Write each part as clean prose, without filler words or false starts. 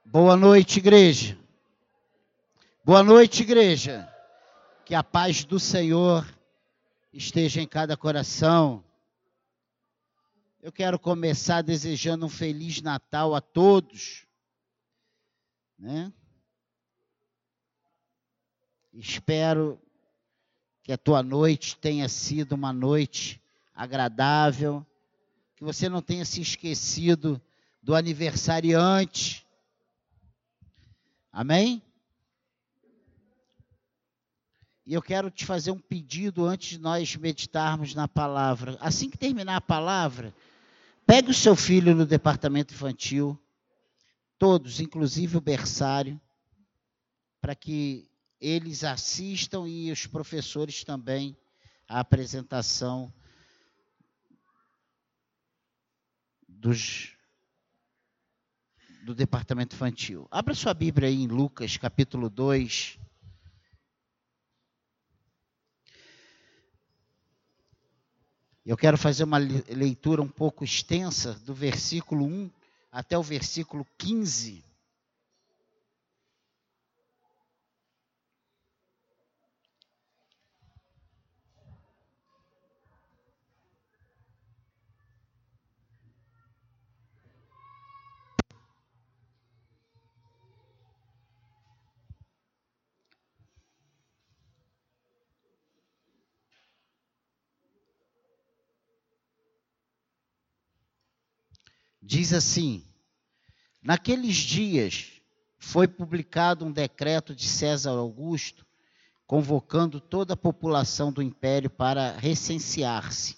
Boa noite, igreja. Boa noite, igreja. Que a paz do Senhor esteja em cada coração. Eu quero começar desejando um Feliz Natal a todos, né? Espero que a tua noite tenha sido uma noite agradável, que você não tenha se esquecido do aniversariante. Amém? E eu quero te fazer um pedido antes de nós meditarmos na palavra. Assim que terminar a palavra, pegue o seu filho no departamento infantil, todos, inclusive o berçário, para que eles assistam e os professores também a apresentação do departamento infantil. Abra sua Bíblia aí em Lucas, capítulo 2. Eu quero fazer uma leitura um pouco extensa do versículo 1 até o versículo 15. Diz assim: naqueles dias foi publicado um decreto de César Augusto, convocando toda a população do império para recensear-se.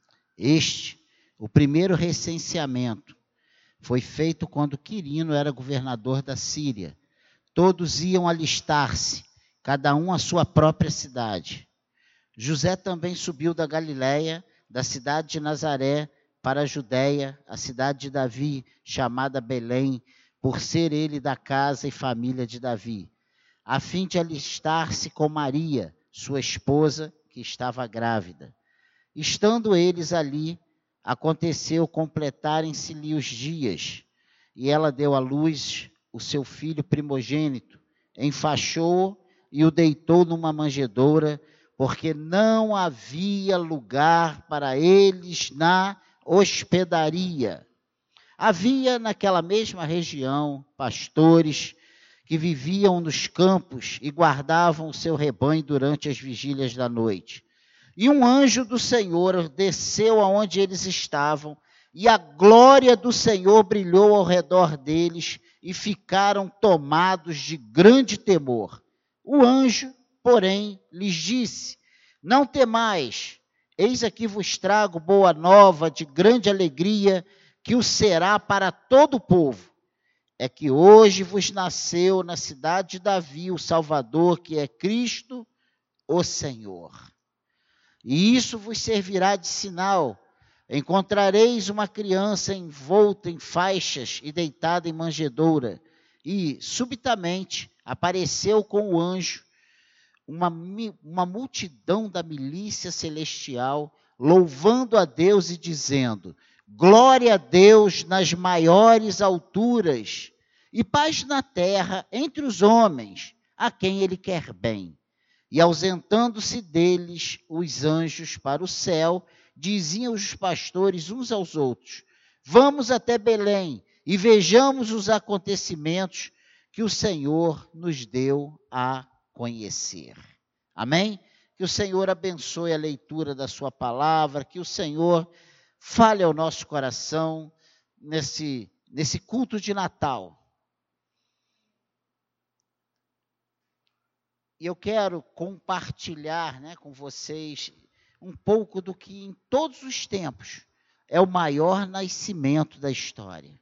O primeiro recenseamento, foi feito quando Quirino era governador da Síria. Todos iam alistar-se, cada um à sua própria cidade. José também subiu da Galiléia, da cidade de Nazaré, para a Judéia, a cidade de Davi, chamada Belém, por ser ele da casa e família de Davi, a fim de alistar-se com Maria, sua esposa, que estava grávida. Estando eles ali, aconteceu completarem-se-lhe os dias, e ela deu à luz o seu filho primogênito, enfaixou-o e o deitou numa manjedoura, porque não havia lugar para eles na hospedaria. Havia naquela mesma região pastores que viviam nos campos e guardavam o seu rebanho durante as vigílias da noite. E um anjo do Senhor desceu aonde eles estavam, e a glória do Senhor brilhou ao redor deles, e ficaram tomados de grande temor. O anjo, porém, lhes disse: não temais, eis aqui vos trago boa nova de grande alegria, que o será para todo o povo. É que hoje vos nasceu na cidade de Davi o Salvador, que é Cristo, o Senhor. E isso vos servirá de sinal: encontrareis uma criança envolta em faixas e deitada em manjedoura. E, subitamente, apareceu com o anjo uma multidão da milícia celestial, louvando a Deus e dizendo: glória a Deus nas maiores alturas, e paz na terra entre os homens, a quem Ele quer bem. E ausentando-se deles os anjos para o céu, diziam os pastores uns aos outros: vamos até Belém e vejamos os acontecimentos que o Senhor nos deu a conhecer. Amém? Que o Senhor abençoe a leitura da sua palavra, que o Senhor fale ao nosso coração nesse culto de Natal. E eu quero compartilhar, com vocês um pouco do que em todos os tempos é o maior nascimento da história.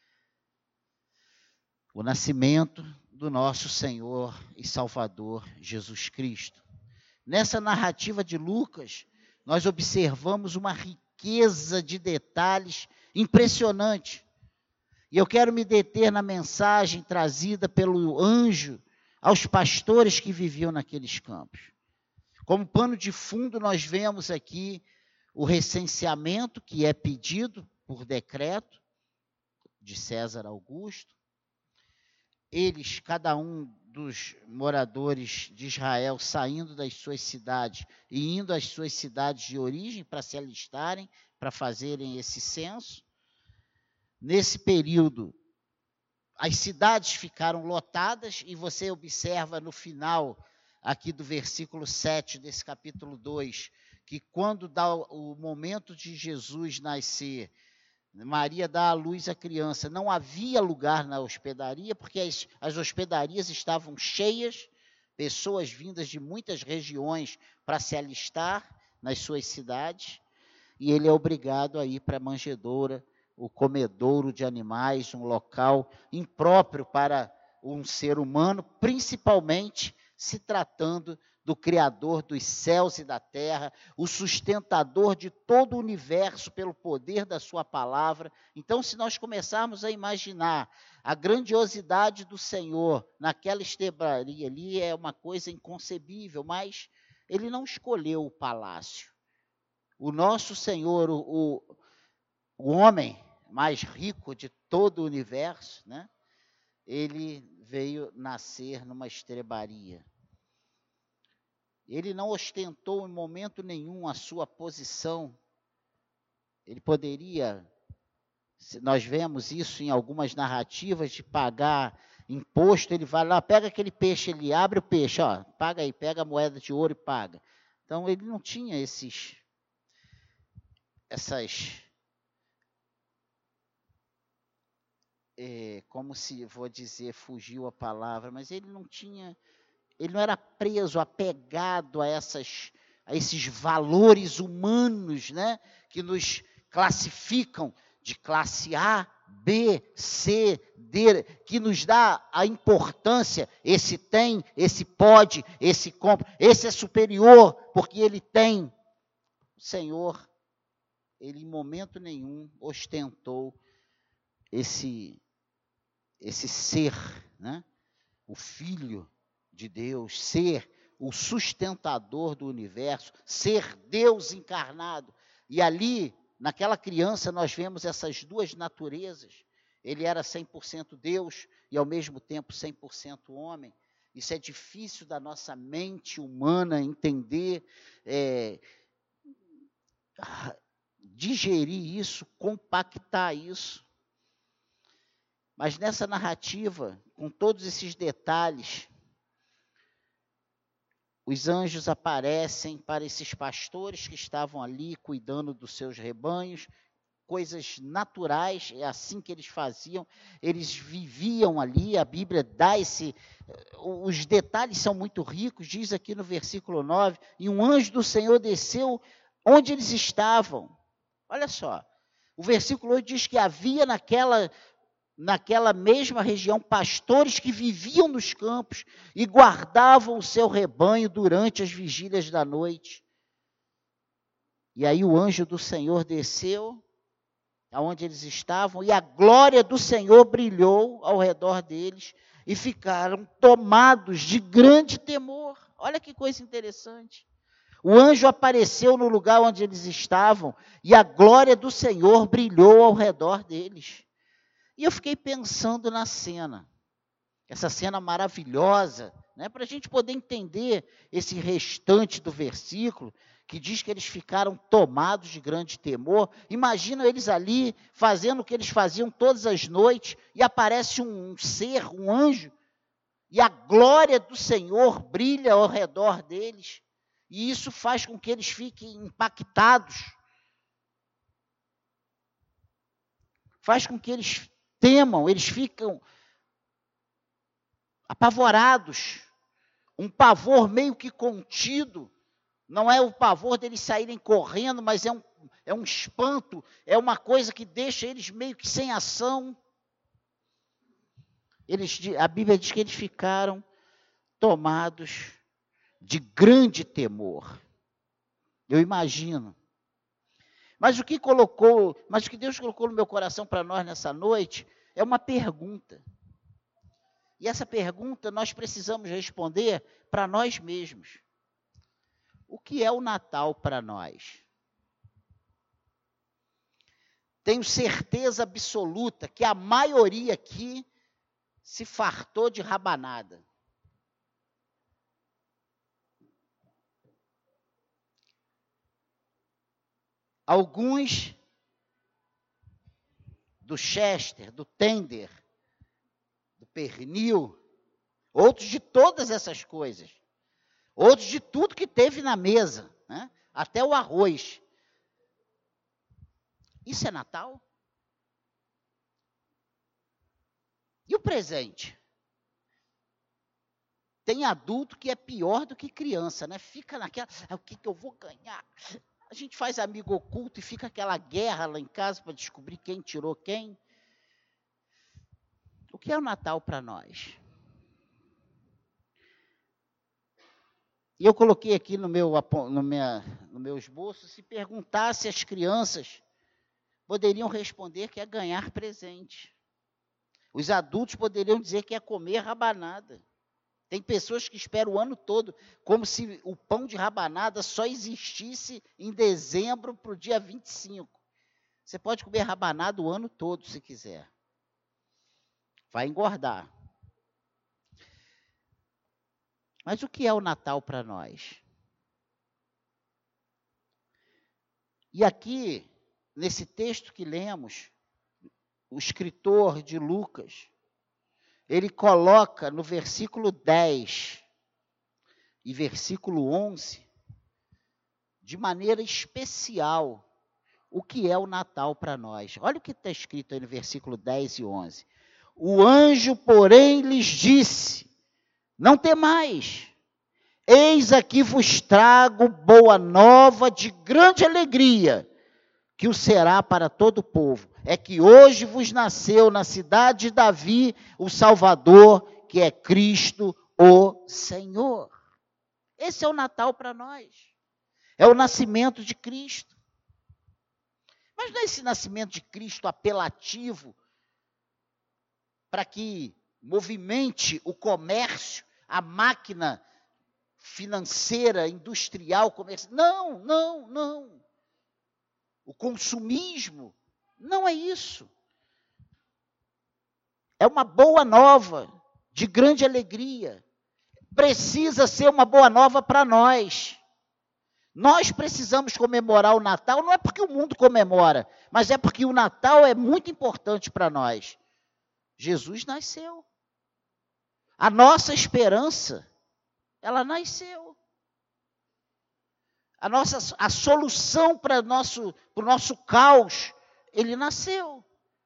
O nascimento do nosso Senhor e Salvador Jesus Cristo. Nessa narrativa de Lucas, nós observamos uma riqueza de detalhes impressionante. E eu quero me deter na mensagem trazida pelo anjo aos pastores que viviam naqueles campos. Como pano de fundo, nós vemos aqui o recenseamento que é pedido por decreto de César Augusto. eles, cada um dos moradores de Israel, saindo das suas cidades e indo às suas cidades de origem para se alistarem, para fazerem esse censo. Nesse período, as cidades ficaram lotadas, e você observa no final aqui do versículo 7 desse capítulo 2, que quando dá o momento de Jesus nascer, Maria dá à luz a criança, não havia lugar na hospedaria, porque as hospedarias estavam cheias, pessoas vindas de muitas regiões para se alistar nas suas cidades, e ele é obrigado a ir para a manjedoura, o comedouro de animais, um local impróprio para um ser humano, principalmente se tratando do Criador dos céus e da terra, o sustentador de todo o universo pelo poder da sua palavra. Então, se nós começarmos a imaginar a grandiosidade do Senhor naquela estrebaria ali, é uma coisa inconcebível, mas ele não escolheu o palácio. O nosso Senhor, o homem mais rico de todo o universo, né? Ele veio nascer numa estrebaria. Ele não ostentou em momento nenhum a sua posição. Ele poderia, nós vemos isso em algumas narrativas, de pagar imposto. Ele vai lá, pega aquele peixe, ele abre o peixe, ó, paga aí, pega a moeda de ouro e paga. Então ele não tinha como se, vou dizer, fugiu a palavra, mas ele não era preso, apegado a esses valores humanos, né, que nos classificam de classe A, B, C, D, que nos dá a importância, esse tem, esse pode, esse compra, esse é superior, porque ele tem. O Senhor, ele em momento nenhum ostentou esse ser, né, o Filho de Deus, ser o sustentador do universo, ser Deus encarnado. E ali, naquela criança, nós vemos essas duas naturezas. Ele era 100% Deus e, ao mesmo tempo, 100% homem. Isso é difícil da nossa mente humana entender, digerir isso, compactar isso. Mas nessa narrativa, com todos esses detalhes, os anjos aparecem para esses pastores que estavam ali cuidando dos seus rebanhos, coisas naturais, é assim que eles faziam, eles viviam ali, a Bíblia dá os detalhes são muito ricos, diz aqui no versículo 9, e um anjo do Senhor desceu onde eles estavam. Olha só, o versículo 8 diz que havia naquela mesma região pastores que viviam nos campos e guardavam o seu rebanho durante as vigílias da noite. E aí o anjo do Senhor desceu aonde eles estavam, e a glória do Senhor brilhou ao redor deles, e ficaram tomados de grande temor. Olha que coisa interessante. O anjo apareceu no lugar onde eles estavam, e a glória do Senhor brilhou ao redor deles. E eu fiquei pensando na cena, essa cena maravilhosa, né, para a gente poder entender esse restante do versículo, que diz que eles ficaram tomados de grande temor. Imagina eles ali, fazendo o que eles faziam todas as noites, e aparece um ser, um anjo, e a glória do Senhor brilha ao redor deles, e isso faz com que eles fiquem impactados, faz com que eles temam, eles ficam apavorados, um pavor meio que contido, não é o pavor deles saírem correndo, mas é um espanto, é uma coisa que deixa eles meio que sem ação. A Bíblia diz que eles ficaram tomados de grande temor. Eu imagino. Mas o que Deus colocou no meu coração para nós nessa noite é uma pergunta. E essa pergunta nós precisamos responder para nós mesmos. O que é o Natal para nós? Tenho certeza absoluta que a maioria aqui se fartou de rabanada. Alguns do Chester, do Tender, do pernil, outros de todas essas coisas, outros de tudo que teve na mesa, né? Até o arroz. Isso é Natal? E o presente? Tem adulto que é pior do que criança, né? Fica naquela, o que eu vou ganhar? A gente faz amigo oculto e fica aquela guerra lá em casa para descobrir quem tirou quem. O que é o Natal para nós? E eu coloquei aqui no meu esboço, se perguntasse às crianças, poderiam responder que é ganhar presente. Os adultos poderiam dizer que é comer rabanada. Tem pessoas que esperam o ano todo, como se o pão de rabanada só existisse em dezembro para o dia 25. Você pode comer rabanada o ano todo, se quiser. Vai engordar. Mas o que é o Natal para nós? E aqui, nesse texto que lemos, o escritor de Lucas, ele coloca no versículo 10 e versículo 11, de maneira especial, o que é o Natal para nós. Olha o que está escrito aí no versículo 10 e 11. O anjo, porém, lhes disse, não temais, eis aqui vos trago boa nova de grande alegria, que o será para todo o povo. É que hoje vos nasceu na cidade de Davi o Salvador, que é Cristo o Senhor. Esse é o Natal para nós. É o nascimento de Cristo. Mas não é esse nascimento de Cristo apelativo para que movimente o comércio, a máquina financeira, industrial, comercial. Não. O consumismo não é isso. É uma boa nova de grande alegria. Precisa ser uma boa nova para nós. Nós precisamos comemorar o Natal, não é porque o mundo comemora, mas é porque o Natal é muito importante para nós. Jesus nasceu. A nossa esperança, ela nasceu. A solução para o nosso caos, ele nasceu.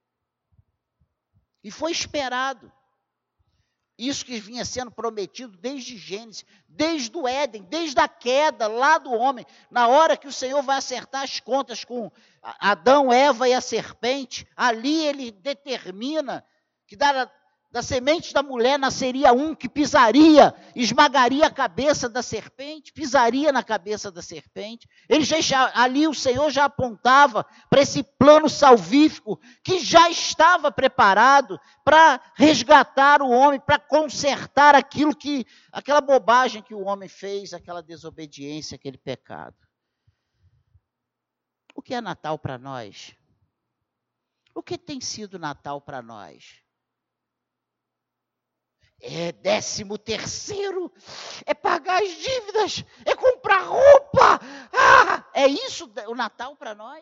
E foi esperado. Isso que vinha sendo prometido desde Gênesis, desde o Éden, desde a queda lá do homem. Na hora que o Senhor vai acertar as contas com Adão, Eva e a serpente, ali ele determina que da semente da mulher nasceria um que esmagaria a cabeça da serpente, pisaria na cabeça da serpente. Ali o Senhor já apontava para esse plano salvífico que já estava preparado para resgatar o homem, para consertar aquela bobagem que o homem fez, aquela desobediência, aquele pecado. O que é Natal para nós? O que tem sido Natal para nós? É 13º, é pagar as dívidas, é comprar roupa. É isso o Natal para nós?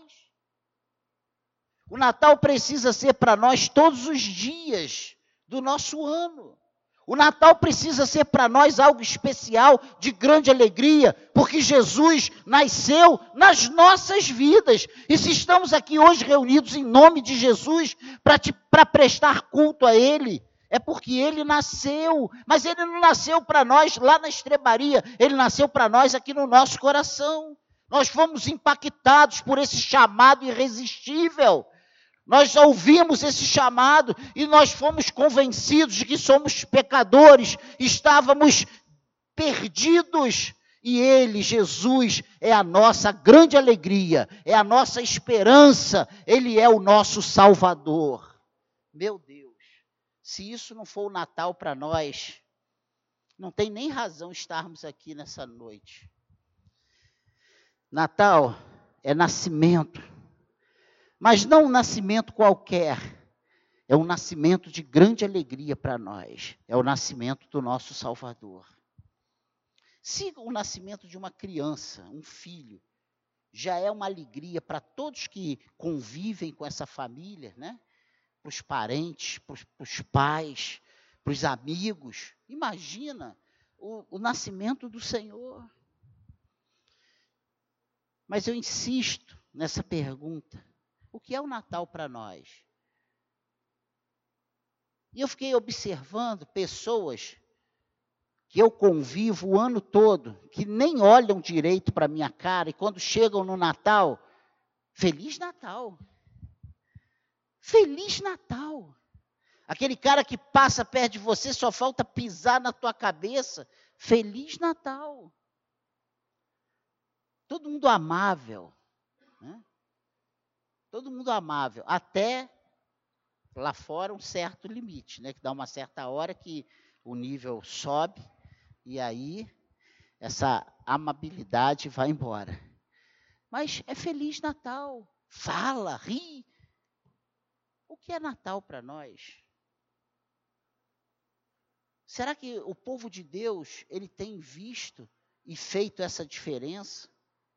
O Natal precisa ser para nós todos os dias do nosso ano. O Natal precisa ser para nós algo especial, de grande alegria, porque Jesus nasceu nas nossas vidas. E se estamos aqui hoje reunidos em nome de Jesus, para prestar culto a Ele, é porque Ele nasceu, mas Ele não nasceu para nós lá na estrebaria, Ele nasceu para nós aqui no nosso coração. Nós fomos impactados por esse chamado irresistível. Nós ouvimos esse chamado e nós fomos convencidos de que somos pecadores, estávamos perdidos. E Ele, Jesus, é a nossa grande alegria, é a nossa esperança, Ele é o nosso Salvador. Meu Deus, se isso não for o Natal para nós, não tem nem razão estarmos aqui nessa noite. Natal é nascimento, mas não um nascimento qualquer, é um nascimento de grande alegria para nós. É o nascimento do nosso Salvador. Se o nascimento de uma criança, um filho, já é uma alegria para todos que convivem com essa família, né? Para os parentes, para os pais, para os amigos. Imagina o nascimento do Senhor. Mas eu insisto nessa pergunta. O que é o Natal para nós? E eu fiquei observando pessoas que eu convivo o ano todo, que nem olham direito para a minha cara, e quando chegam no Natal, Feliz Natal. Feliz Natal. Aquele cara que passa perto de você, só falta pisar na tua cabeça. Feliz Natal. Todo mundo amável. Né? Todo mundo amável. Até lá fora um certo limite, né? Que dá uma certa hora que o nível sobe e aí essa amabilidade vai embora. Mas é Feliz Natal. Fala, ri. O que é Natal para nós? Será que o povo de Deus, ele tem visto e feito essa diferença?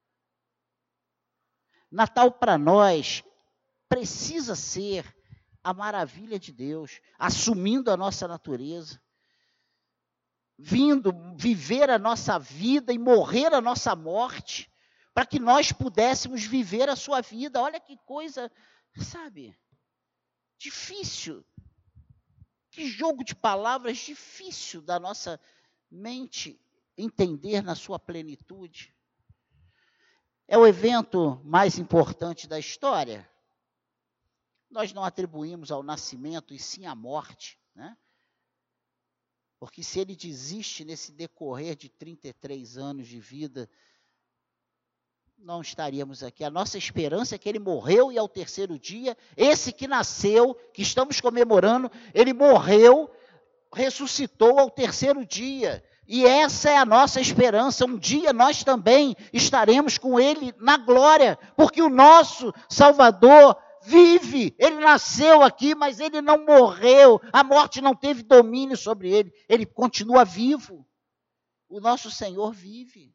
Natal para nós precisa ser a maravilha de Deus, assumindo a nossa natureza, vindo viver a nossa vida e morrer a nossa morte, para que nós pudéssemos viver a sua vida. Olha que coisa, sabe, difícil. Que jogo de palavras difícil da nossa mente entender na sua plenitude. É o evento mais importante da história. Nós não atribuímos ao nascimento e sim à morte, né? Porque se ele desiste nesse decorrer de 33 anos de vida, não estaríamos aqui. A nossa esperança é que ele morreu e ao terceiro dia, esse que nasceu, que estamos comemorando, ele morreu, ressuscitou ao terceiro dia. E essa é a nossa esperança. Um dia nós também estaremos com ele na glória, porque o nosso Salvador vive. Ele nasceu aqui, mas ele não morreu. A morte não teve domínio sobre ele. Ele continua vivo. O nosso Senhor vive.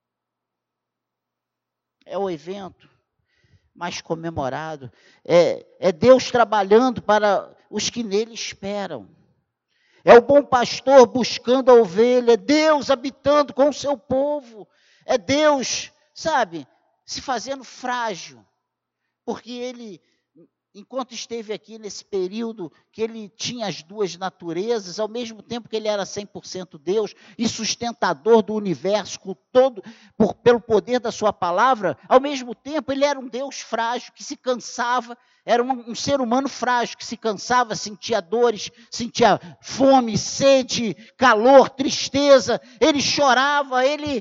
É o evento mais comemorado. É Deus trabalhando para os que nele esperam. É o bom pastor buscando a ovelha. É Deus habitando com o seu povo. É Deus, sabe, se fazendo frágil. Porque ele, enquanto esteve aqui nesse período que ele tinha as duas naturezas, ao mesmo tempo que ele era 100% Deus e sustentador do universo com todo, pelo poder da sua palavra, ao mesmo tempo ele era um Deus frágil que se cansava, era um ser humano frágil que se cansava, sentia dores, sentia fome, sede, calor, tristeza, ele chorava, ele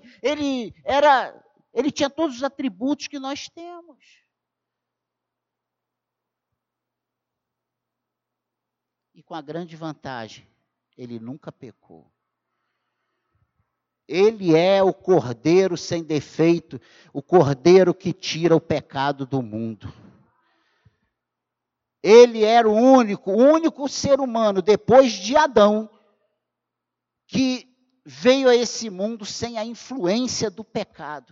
tinha todos os atributos que nós temos. E com a grande vantagem, ele nunca pecou. Ele é o Cordeiro sem defeito, o Cordeiro que tira o pecado do mundo. Ele era o único ser humano, depois de Adão, que veio a esse mundo sem a influência do pecado.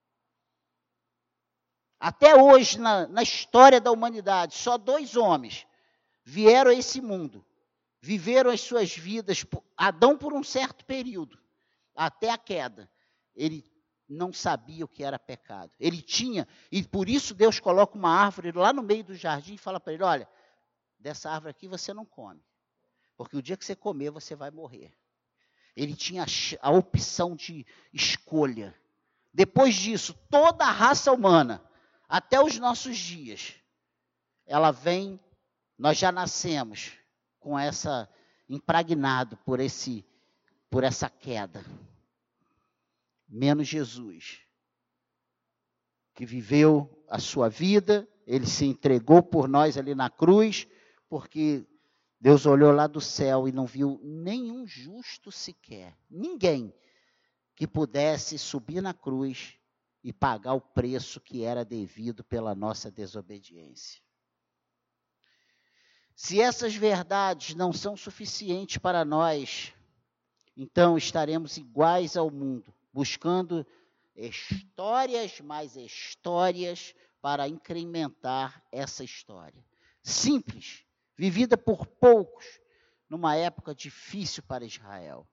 Até hoje, na história da humanidade, só 2 homens vieram a esse mundo, viveram as suas vidas, Adão por um certo período, até a queda. Ele não sabia o que era pecado. Ele tinha, e por isso Deus coloca uma árvore lá no meio do jardim e fala para ele, olha, dessa árvore aqui você não come, porque o dia que você comer você vai morrer. Ele tinha a opção de escolha. Depois disso, toda a raça humana, até os nossos dias, ela vem. Nós já nascemos com essa impregnado por essa queda. Menos Jesus, que viveu a sua vida, ele se entregou por nós ali na cruz, porque Deus olhou lá do céu e não viu nenhum justo sequer, ninguém que pudesse subir na cruz e pagar o preço que era devido pela nossa desobediência. Se essas verdades não são suficientes para nós, então estaremos iguais ao mundo, buscando histórias mais histórias para incrementar essa história. Simples, vivida por poucos, numa época difícil para Israel.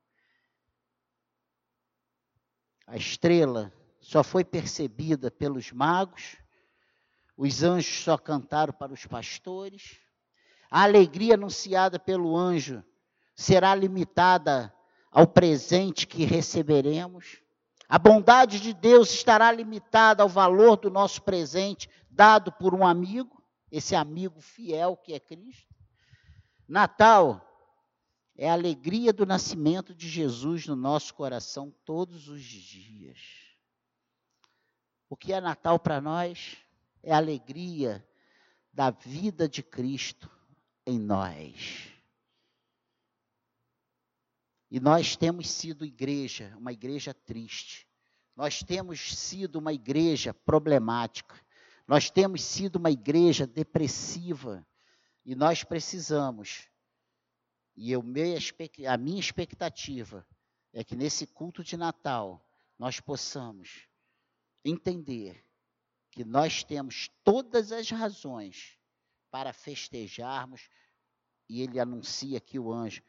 A estrela só foi percebida pelos magos, os anjos só cantaram para os pastores, a alegria anunciada pelo anjo será limitada ao presente que receberemos. A bondade de Deus estará limitada ao valor do nosso presente dado por um amigo, esse amigo fiel que é Cristo. Natal é a alegria do nascimento de Jesus no nosso coração todos os dias. O que é Natal para nós? É a alegria da vida de Cristo em nós. E nós temos sido igreja, uma igreja triste. Nós temos sido uma igreja problemática. Nós temos sido uma igreja depressiva. E nós precisamos, a minha expectativa é que nesse culto de Natal nós possamos entender que nós temos todas as razões para festejarmos, e ele anuncia aqui o anjo,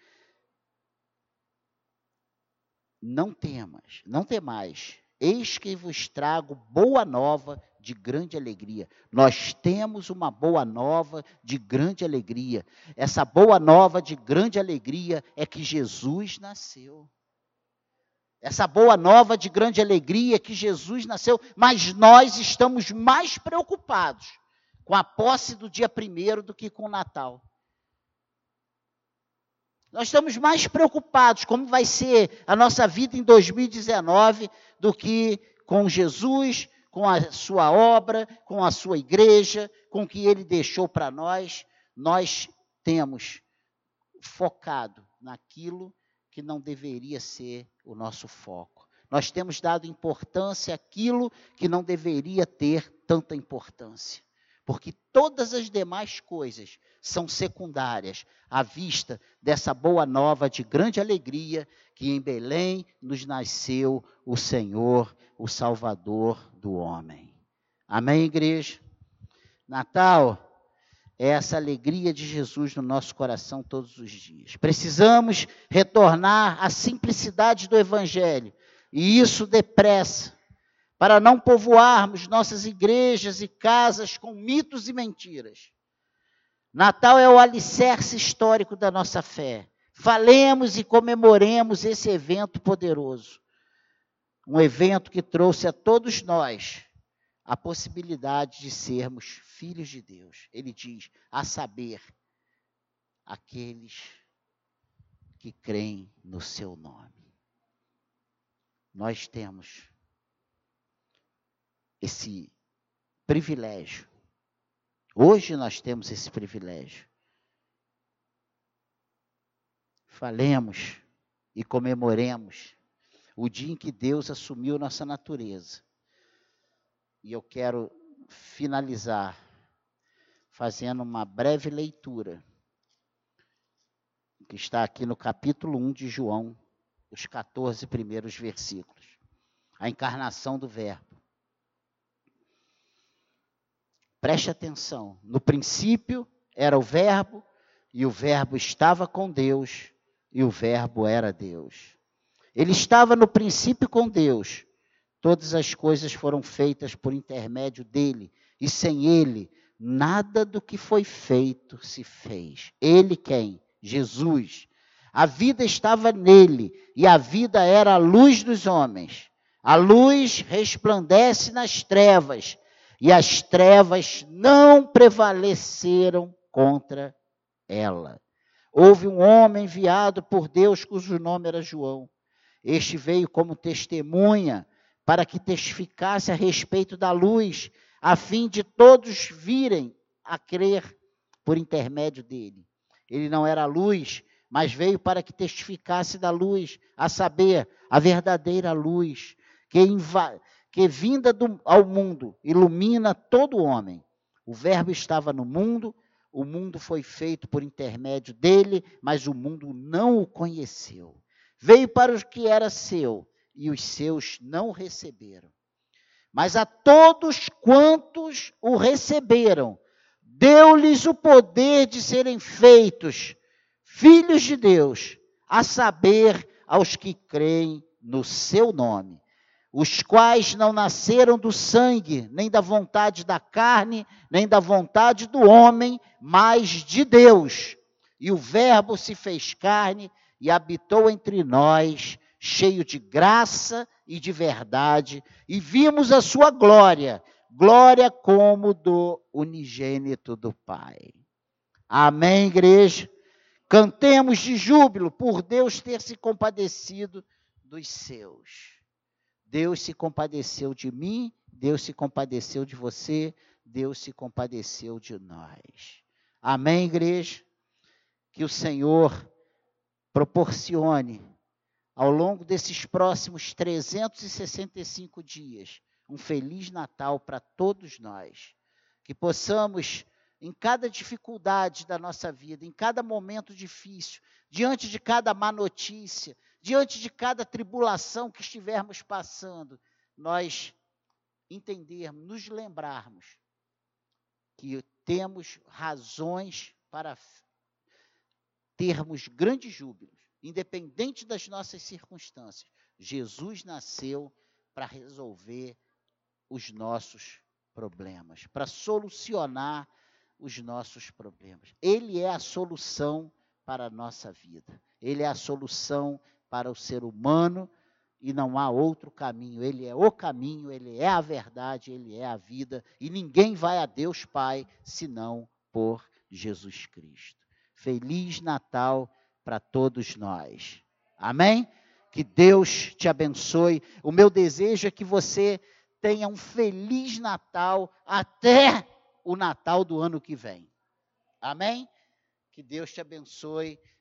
não temais, eis que vos trago boa nova de grande alegria. Nós temos uma boa nova de grande alegria. Essa boa nova de grande alegria é que Jesus nasceu. Essa boa nova de grande alegria é que Jesus nasceu, mas nós estamos mais preocupados com a posse do dia 1º do que com o Natal. Nós estamos mais preocupados como vai ser a nossa vida em 2019 do que com Jesus, com a sua obra, com a sua igreja, com o que ele deixou para nós. Nós temos focado naquilo que não deveria ser o nosso foco. Nós temos dado importância àquilo que não deveria ter tanta importância. Porque todas as demais coisas são secundárias à vista dessa boa nova de grande alegria que em Belém nos nasceu o Senhor, o Salvador do homem. Amém, igreja? Natal é essa alegria de Jesus no nosso coração todos os dias. Precisamos retornar à simplicidade do Evangelho, e isso depressa, para não povoarmos nossas igrejas e casas com mitos e mentiras. Natal é o alicerce histórico da nossa fé. Falemos e comemoremos esse evento poderoso. Um evento que trouxe a todos nós a possibilidade de sermos filhos de Deus. Ele diz, a saber, aqueles que creem no seu nome. Nós temos esse privilégio. Hoje nós temos esse privilégio. Falemos e comemoremos o dia em que Deus assumiu nossa natureza. E eu quero finalizar fazendo uma breve leitura, que está aqui no capítulo 1 de João, os 14 primeiros versículos. A encarnação do Verbo. Preste atenção, no princípio era o Verbo, e o Verbo estava com Deus, e o Verbo era Deus. Ele estava no princípio com Deus. Todas as coisas foram feitas por intermédio dele, e sem ele, nada do que foi feito se fez. Ele quem? Jesus. A vida estava nele, e a vida era a luz dos homens. A luz resplandece nas trevas, e as trevas não prevaleceram contra ela. Houve um homem enviado por Deus, cujo nome era João. Este veio como testemunha, para que testificasse a respeito da luz, a fim de todos virem a crer por intermédio dele. Ele não era a luz, mas veio para que testificasse da luz, a saber, a verdadeira luz, que vinda ao mundo, ilumina todo homem. O Verbo estava no mundo, O mundo foi feito por intermédio dele, mas o mundo não o conheceu. Veio para o que era seu, e os seus não o receberam. Mas a todos quantos o receberam, deu-lhes o poder de serem feitos filhos de Deus, a saber, aos que creem no seu nome, os quais não nasceram do sangue, nem da vontade da carne, nem da vontade do homem, mas de Deus. E o Verbo se fez carne e habitou entre nós, cheio de graça e de verdade, e vimos a sua glória, glória como do unigênito do Pai. Amém, igreja? Cantemos de júbilo por Deus ter se compadecido dos seus. Deus se compadeceu de mim, Deus se compadeceu de você, Deus se compadeceu de nós. Amém, igreja? Que o Senhor proporcione, ao longo desses próximos 365 dias, um Feliz Natal para todos nós. Que possamos, em cada dificuldade da nossa vida, em cada momento difícil, diante de cada má notícia, diante de cada tribulação que estivermos passando, nós entendermos, nos lembrarmos que temos razões para termos grandes júbilos, independente das nossas circunstâncias. Jesus nasceu para resolver os nossos problemas, para solucionar os nossos problemas. Ele é a solução para a nossa vida. Ele é a solução para o ser humano e não há outro caminho. Ele é o caminho, ele é a verdade, ele é a vida e ninguém vai a Deus Pai senão por Jesus Cristo. Feliz Natal para todos nós. Amém? Que Deus te abençoe. O meu desejo é que você tenha um Feliz Natal até o Natal do ano que vem. Amém? Que Deus te abençoe.